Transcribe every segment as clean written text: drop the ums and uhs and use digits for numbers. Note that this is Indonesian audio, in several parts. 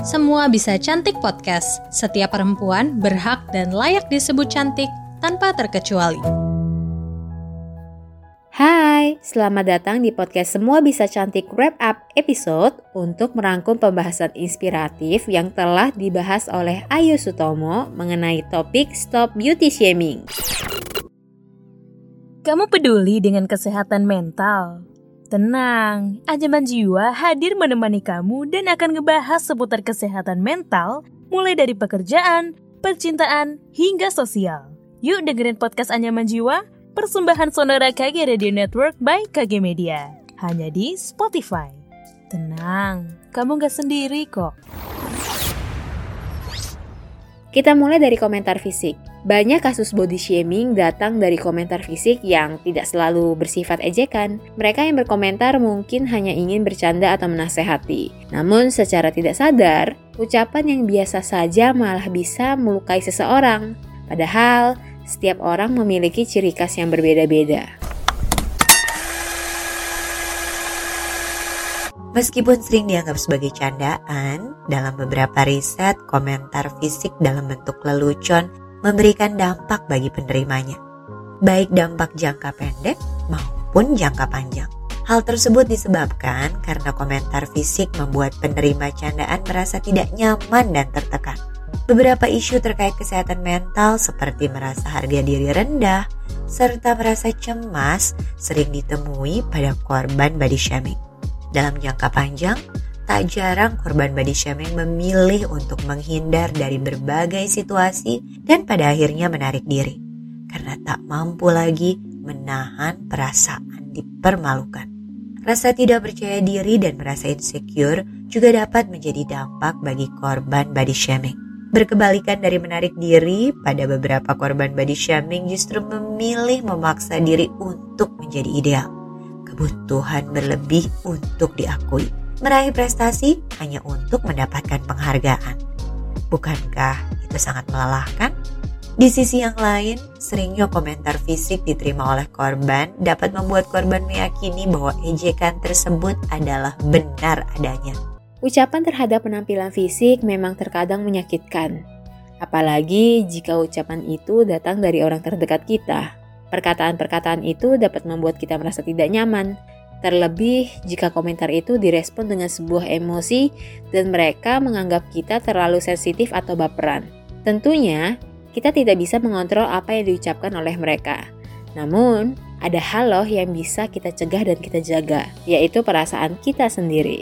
Semua Bisa Cantik Podcast. Setiap perempuan berhak dan layak disebut cantik tanpa terkecuali. Hai, selamat datang di podcast Semua Bisa Cantik Wrap Up episode untuk merangkum pembahasan inspiratif yang telah dibahas oleh Ayu Sutomo mengenai topik Stop Beauty Shaming. Kamu peduli dengan kesehatan mental? Tenang, Anyaman Jiwa hadir menemani kamu dan akan ngebahas seputar kesehatan mental mulai dari pekerjaan, percintaan, hingga sosial. Yuk dengerin podcast Anyaman Jiwa, persembahan Sonora KG Radio Network by KG Media. Hanya di Spotify. Tenang, kamu gak sendiri kok. Kita mulai dari komentar fisik. Banyak kasus body shaming datang dari komentar fisik yang tidak selalu bersifat ejekan. Mereka yang berkomentar mungkin hanya ingin bercanda atau menasehati. Namun secara tidak sadar, ucapan yang biasa saja malah bisa melukai seseorang. Padahal, setiap orang memiliki ciri khas yang berbeda-beda. Meskipun sering dianggap sebagai candaan, dalam beberapa riset, komentar fisik dalam bentuk lelucon memberikan dampak bagi penerimanya, baik dampak jangka pendek maupun jangka panjang. Hal tersebut disebabkan karena komentar fisik membuat penerima candaan merasa tidak nyaman dan tertekan. Beberapa isu terkait kesehatan mental seperti merasa harga diri rendah serta merasa cemas sering ditemui pada korban body shaming. Dalam jangka panjang, tak jarang korban body shaming memilih untuk menghindar dari berbagai situasi dan pada akhirnya menarik diri karena tak mampu lagi menahan perasaan dipermalukan. Rasa tidak percaya diri dan merasa insecure juga dapat menjadi dampak bagi korban body shaming. Berkebalikan dari menarik diri, pada beberapa korban body shaming justru memilih memaksa diri untuk menjadi ideal. Kebutuhan berlebih untuk diakui. Meraih prestasi hanya untuk mendapatkan penghargaan. Bukankah itu sangat melelahkan? Di sisi yang lain, seringnya komentar fisik diterima oleh korban dapat membuat korban meyakini bahwa ejekan tersebut adalah benar adanya. Ucapan terhadap penampilan fisik memang terkadang menyakitkan. Apalagi jika ucapan itu datang dari orang terdekat kita. Perkataan-perkataan itu dapat membuat kita merasa tidak nyaman. Terlebih jika komentar itu direspon dengan sebuah emosi dan mereka menganggap kita terlalu sensitif atau baperan. Tentunya, kita tidak bisa mengontrol apa yang diucapkan oleh mereka. Namun, ada hal loh yang bisa kita cegah dan kita jaga, yaitu perasaan kita sendiri.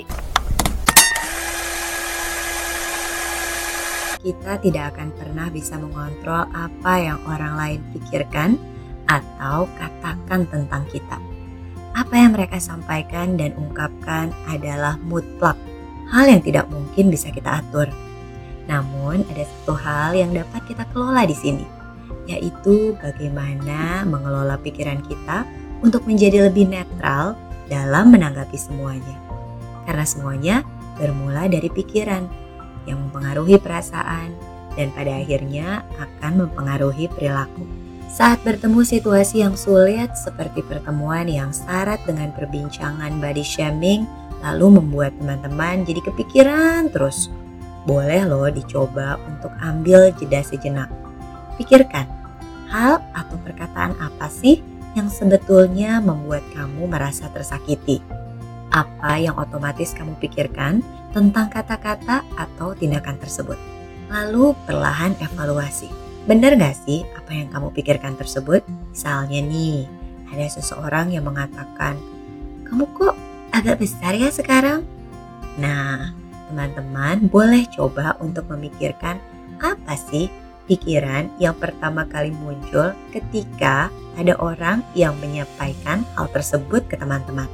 Kita tidak akan pernah bisa mengontrol apa yang orang lain pikirkan atau katakan tentang kita. Apa yang mereka sampaikan dan ungkapkan adalah mutlak, hal yang tidak mungkin bisa kita atur. Namun ada satu hal yang dapat kita kelola di sini, yaitu bagaimana mengelola pikiran kita untuk menjadi lebih netral dalam menanggapi semuanya. Karena semuanya bermula dari pikiran yang mempengaruhi perasaan dan pada akhirnya akan mempengaruhi perilaku. Saat bertemu situasi yang sulit seperti pertemuan yang syarat dengan perbincangan body shaming lalu membuat teman-teman jadi kepikiran terus, boleh loh dicoba untuk ambil jeda sejenak. Pikirkan, hal atau perkataan apa sih yang sebetulnya membuat kamu merasa tersakiti? Apa yang otomatis kamu pikirkan tentang kata-kata atau tindakan tersebut? Lalu perlahan evaluasi. Benar gak sih apa yang kamu pikirkan tersebut? Misalnya nih, ada seseorang yang mengatakan, "Kamu kok agak besar ya sekarang?" Nah, teman-teman boleh coba untuk memikirkan apa sih pikiran yang pertama kali muncul ketika ada orang yang menyampaikan hal tersebut ke teman-teman.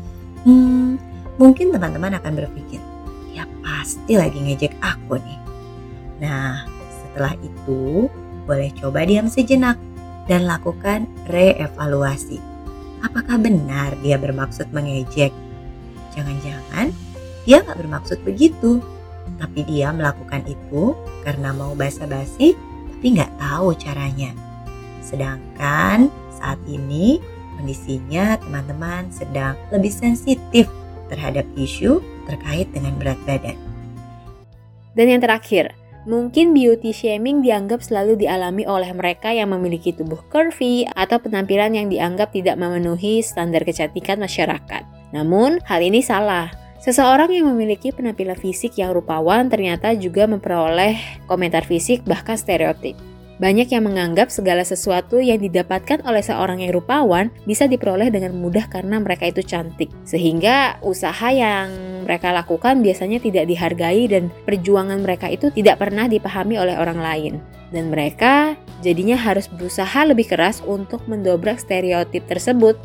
Mungkin teman-teman akan berpikir, "Ya pasti lagi ngejek aku nih." Nah, setelah itu, boleh coba diam sejenak dan lakukan reevaluasi. Apakah benar dia bermaksud mengejek? Jangan-jangan dia gak bermaksud begitu, tapi dia melakukan itu karena mau basa-basi tapi gak tahu caranya. Sedangkan saat ini kondisinya teman-teman sedang lebih sensitif terhadap isu terkait dengan berat badan. Dan yang terakhir, mungkin beauty shaming dianggap selalu dialami oleh mereka yang memiliki tubuh curvy atau penampilan yang dianggap tidak memenuhi standar kecantikan masyarakat. Namun, hal ini salah. Seseorang yang memiliki penampilan fisik yang rupawan ternyata juga memperoleh komentar fisik bahkan stereotip. Banyak yang menganggap segala sesuatu yang didapatkan oleh seorang yang rupawan bisa diperoleh dengan mudah karena mereka itu cantik. Sehingga usaha yang mereka lakukan biasanya tidak dihargai dan perjuangan mereka itu tidak pernah dipahami oleh orang lain. Dan mereka jadinya harus berusaha lebih keras untuk mendobrak stereotip tersebut.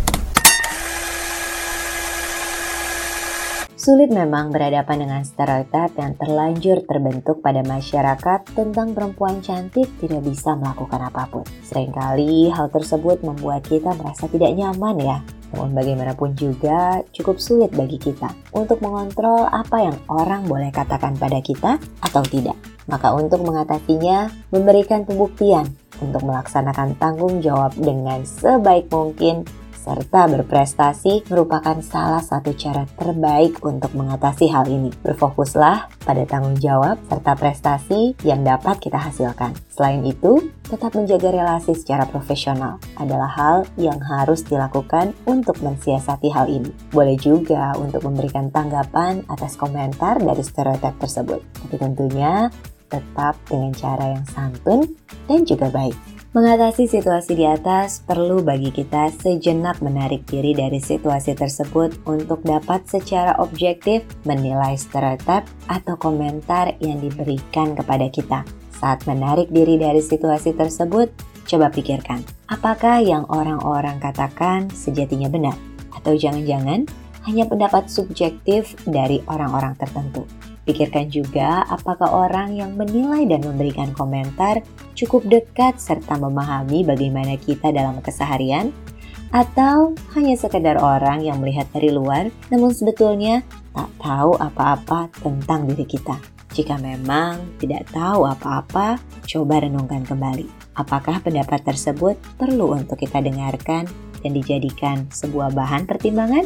Sulit memang berhadapan dengan stereotip yang terlanjur terbentuk pada masyarakat tentang perempuan cantik tidak bisa melakukan apapun. Seringkali hal tersebut membuat kita merasa tidak nyaman ya. Namun bagaimanapun juga cukup sulit bagi kita untuk mengontrol apa yang orang boleh katakan pada kita atau tidak. Maka untuk mengatasinya, memberikan pembuktian untuk melaksanakan tanggung jawab dengan sebaik mungkin serta berprestasi merupakan salah satu cara terbaik untuk mengatasi hal ini. Berfokuslah pada tanggung jawab serta prestasi yang dapat kita hasilkan. Selain itu, tetap menjaga relasi secara profesional adalah hal yang harus dilakukan untuk mensiasati hal ini. Boleh juga untuk memberikan tanggapan atas komentar dari stereotip tersebut, tapi tentunya tetap dengan cara yang santun dan juga baik. Mengatasi situasi di atas perlu bagi kita sejenak menarik diri dari situasi tersebut untuk dapat secara objektif menilai stereotip atau komentar yang diberikan kepada kita. Saat menarik diri dari situasi tersebut, coba pikirkan, apakah yang orang-orang katakan sejatinya benar? Atau jangan-jangan hanya pendapat subjektif dari orang-orang tertentu? Pikirkan juga apakah orang yang menilai dan memberikan komentar cukup dekat serta memahami bagaimana kita dalam keseharian, atau hanya sekedar orang yang melihat dari luar namun sebetulnya tak tahu apa-apa tentang diri kita. Jika memang tidak tahu apa-apa, coba renungkan kembali. Apakah pendapat tersebut perlu untuk kita dengarkan dan dijadikan sebuah bahan pertimbangan?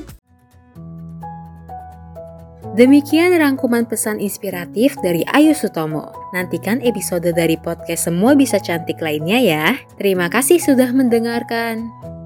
Demikian rangkuman pesan inspiratif dari Ayu Sutomo. Nantikan episode dari podcast Semua Bisa Cantik lainnya ya. Terima kasih sudah mendengarkan.